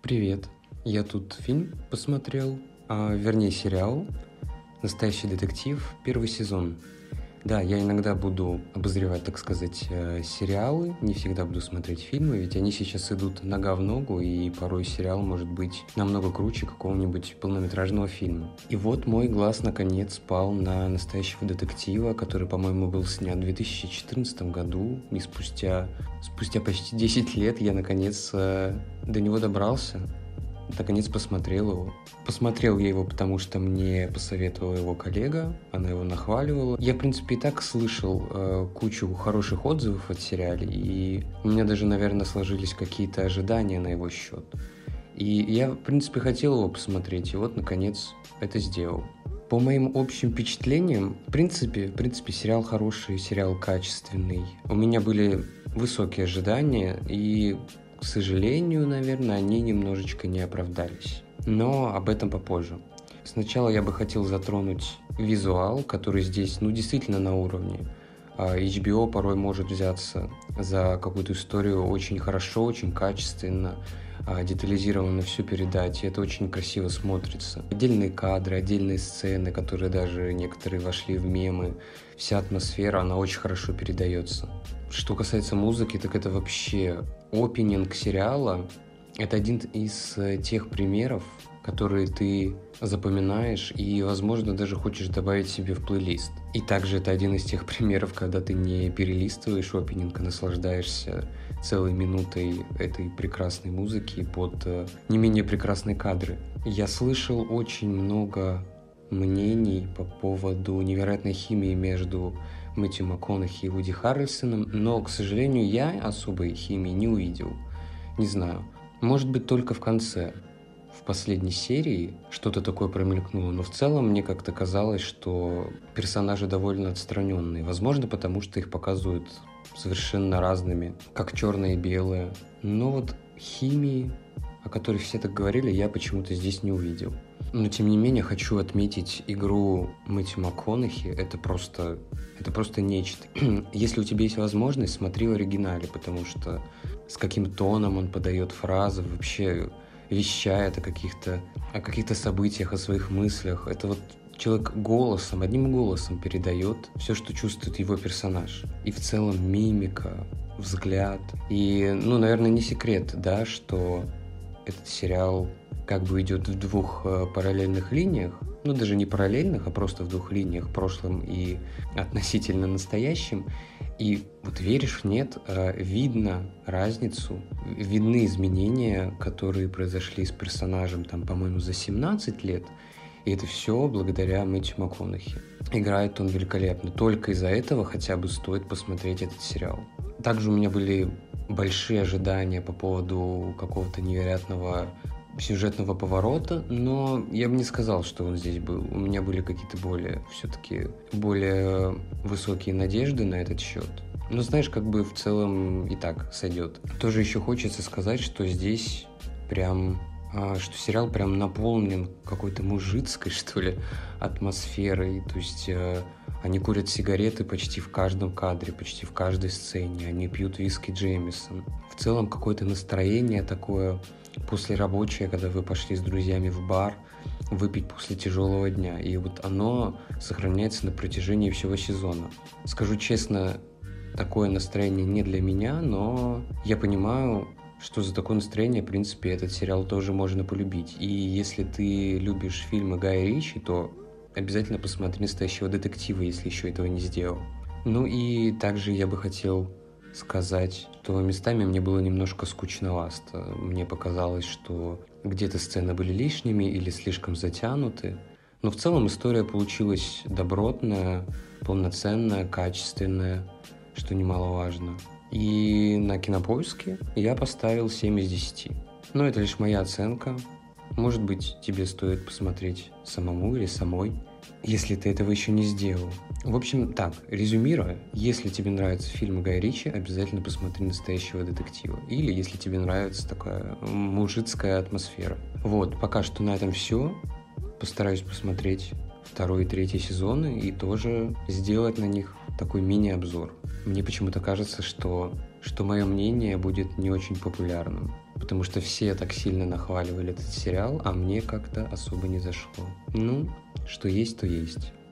Привет. Я тут фильм посмотрел, вернее сериал «Настоящий детектив», первый сезон. Да, я иногда буду обозревать, так сказать, сериалы, не всегда буду смотреть фильмы, ведь они сейчас идут нога в ногу, и порой сериал может быть намного круче какого-нибудь полнометражного фильма. И вот мой глаз наконец пал на «Настоящего детектива», который, по-моему, был снят в 2014 году, и спустя почти 10 лет я наконец до него добрался. Наконец посмотрел его. Посмотрел я его, потому что мне посоветовала его коллега, она его нахваливала. Я, в принципе, и так слышал кучу хороших отзывов от сериала, и у меня даже, наверное, сложились какие-то ожидания на его счет. И я, в принципе, хотел его посмотреть, и вот, наконец, это сделал. По моим общим впечатлениям, в принципе, сериал хороший, сериал качественный. У меня были высокие ожидания, и, к сожалению, наверное, они немножечко не оправдались. Но об этом попозже. Сначала я бы хотел затронуть визуал, который здесь, действительно на уровне. HBO порой может взяться за какую-то историю очень хорошо, очень качественно, детализированно все передать, и это очень красиво смотрится. Отдельные кадры, отдельные сцены, которые даже некоторые вошли в мемы, вся атмосфера, она очень хорошо передается. Что касается музыки, так это вообще опенинг сериала. Это один из тех примеров, которые ты запоминаешь и, возможно, даже хочешь добавить себе в плейлист. И также это один из тех примеров, когда ты не перелистываешь опенинг, а наслаждаешься целой минутой этой прекрасной музыки под не менее прекрасные кадры. Я слышал очень много мнений по поводу невероятной химии между Мэтью МакКонахи и Вуди Харрельсоном, но, к сожалению, я особой химии не увидел. Не знаю, может быть, только в конце. В последней серии что-то такое промелькнуло, но в целом мне как-то казалось, что персонажи довольно отстраненные. Возможно, потому что их показывают совершенно разными, как черное и белое. Но вот химии, о которой все так говорили, я почему-то здесь не увидел. Но, тем не менее, хочу отметить игру Мэтью МакКонахи. Это просто нечто. Если у тебя есть возможность, смотри в оригинале, потому что с каким тоном он подает фразы, вообще вещает о каких-то событиях, о своих мыслях. Это вот человек одним голосом передает все, что чувствует его персонаж. И в целом мимика, взгляд. И, наверное, не секрет, да, что этот сериал как бы идет в двух параллельных линиях, даже не параллельных, а просто в двух линиях, прошлом и относительно настоящем. И вот веришь, нет, видно разницу, видны изменения, которые произошли с персонажем, по-моему, за 17 лет. И это все благодаря Мэтью МакКонахи. Играет он великолепно. Только из-за этого хотя бы стоит посмотреть этот сериал. Также у меня были большие ожидания по поводу какого-то невероятного сюжетного поворота, но я бы не сказал, что он здесь был. У меня были какие-то более высокие надежды на этот счет. Но знаешь, как бы в целом и так сойдет. Тоже еще хочется сказать, что здесь что сериал прям наполнен какой-то мужицкой, что ли, атмосферой. То есть они курят сигареты почти в каждом кадре, почти в каждой сцене. Они пьют виски Джеймисон. В целом какое-то настроение такое послерабочее, когда вы пошли с друзьями в бар выпить после тяжелого дня. И вот оно сохраняется на протяжении всего сезона. Скажу честно, такое настроение не для меня, но я понимаю, что за такое настроение, в принципе, этот сериал тоже можно полюбить. И если ты любишь фильмы Гая Ричи, то обязательно посмотри «Настоящего детектива», если еще этого не сделал. И также я бы хотел сказать, что местами мне было немножко скучновато. Мне показалось, что где-то сцены были лишними или слишком затянуты. Но в целом история получилась добротная, полноценная, качественная, что немаловажно. И на Кинопоиске я поставил 7 из 10. Но это лишь моя оценка. Может быть, тебе стоит посмотреть самому или самой, если ты этого еще не сделал. В общем, так, резюмируя, если тебе нравятся фильмы Гая Ричи, обязательно посмотри «Настоящего детектива». Или если тебе нравится такая мужицкая атмосфера. Вот, пока что на этом все. Постараюсь посмотреть 2 и 3 сезоны и тоже сделать на них такой мини-обзор. Мне почему-то кажется, что мое мнение будет не очень популярным. потому что все так сильно нахваливали этот сериал, а мне как-то особо не зашло. Ну, что есть, то есть.